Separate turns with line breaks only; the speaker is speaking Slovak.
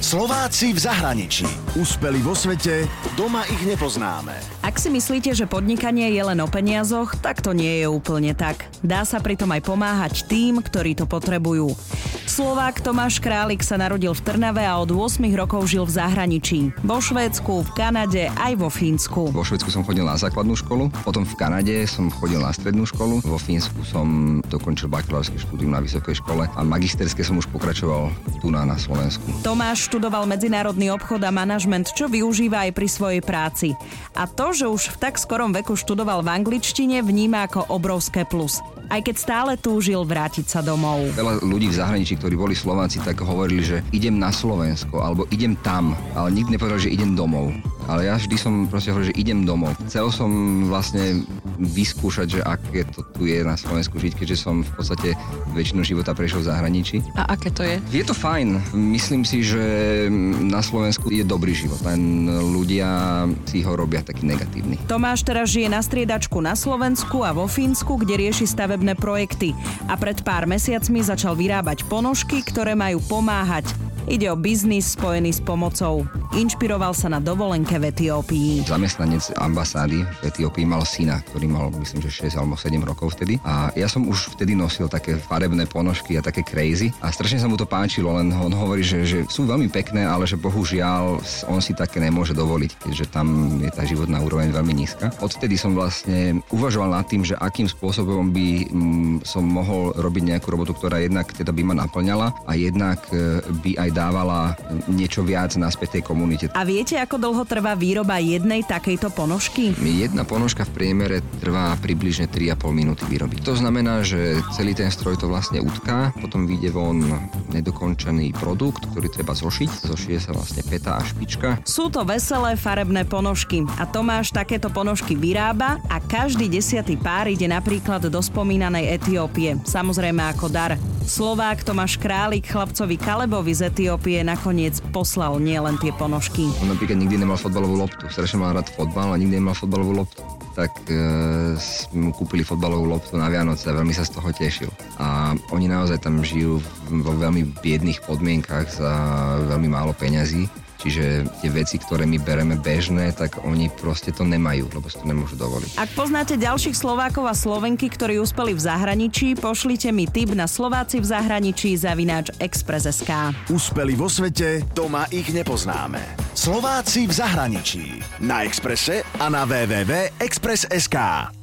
Slováci v zahraničí. Úspeli vo svete, doma ich nepoznáme.
Ak si myslíte, že podnikanie je len o peniazoch, tak to nie je úplne tak. Dá sa pritom aj pomáhať tým, ktorí to potrebujú. Slovák Tomáš Králik sa narodil v Trnave a od 8 rokov žil v zahraničí. Vo Švédsku, v Kanade aj vo Fínsku.
Vo Švédsku som chodil na základnú školu, potom v Kanade som chodil na strednú školu, vo Fínsku som dokončil bakalárske štúdium na vysokej škole a magisterské som už pokračoval tu na Slovensku.
Tomáš študoval medzinárodný obchod a manažment, čo využíva aj pri svojej práci. A to, že už v tak skorom veku študoval v angličtine, vníma ako obrovské plus. Aj keď stále túžil vrátiť sa domov.
Veľa ľudí v zahraničí, ktorí boli Slováci, tak hovorili, že idem na Slovensko alebo idem tam, ale nikdy nepovedal, že idem domov. Ale ja vždy som proste hovoril, že idem domov. Chcel som vlastne vyskúšať, že aké to tu je na Slovensku žiť, keďže som v podstate väčšinu života prešiel v zahraničí.
A aké to je?
Je to fajn. Myslím si, že na Slovensku je dobrý život, len ľudia si ho robia taký negatívny.
Tomáš teraz žije na striedačku na Slovensku a vo Fínsku, kde rieši stavebné projekty. A pred pár mesiacmi začal vyrábať ponožky, ktoré majú pomáhať. Ide o biznis spojený s pomocou. Inšpiroval sa na dovolenke v Etiópii.
Zamestnanec ambasády v Etiópii mal syna, ktorý mal, myslím, že 6 alebo 7 rokov vtedy. A ja som už vtedy nosil také farebné ponožky a také crazy. A strašne sa mu to páčilo, len on hovorí, že sú veľmi pekné, ale že bohužiaľ on si také nemôže dovoliť, keďže tam je tá životná úroveň veľmi nízka. Odtedy som vlastne uvažoval nad tým, že akým spôsobom by som mohol robiť nejakú robotu, ktorá jednak teda by ma naplňala a jednak by aj dávala niečo viac naspäť tej komunite.
A viete, ako dlho trvá výroba jednej takejto ponožky?
Jedna ponožka v priemere trvá približne 3,5 minúty vyrobiť. To znamená, že celý ten stroj to vlastne utká, potom vyjde von nedokončený produkt, ktorý treba zošiť. Zošije sa vlastne päta a špička.
Sú to veselé farebné ponožky a Tomáš takéto ponožky vyrába a každý 10. pár ide napríklad do spomínanej Etiópie. Samozrejme ako dar. Slovák Tomáš Králik chlapcovi Kalebovi z Etiópie nakoniec poslal nielen tie ponožky.
On napríklad nikdy nemal fotbalovú loptu. Strašne mal rád fotbal a nikdy nemal fotbalovú loptu. Tak mu kúpili fotbalovú loptu na Vianoce a veľmi sa z toho tešil. A oni naozaj tam žijú vo veľmi biedných podmienkach za veľmi málo peňazí. Čiže tie veci, ktoré my bereme bežné, tak oni proste to nemajú, lebo si to nemôžu dovoliť.
Ak poznáte ďalších Slovákov a Slovenky, ktorí uspeli v zahraničí, pošlite mi tip na Slováci v zahraničí @express.sk.
Úspeli vo svete, doma ich nepoznáme. Slováci v zahraničí. Na Expresse a na www.express.sk.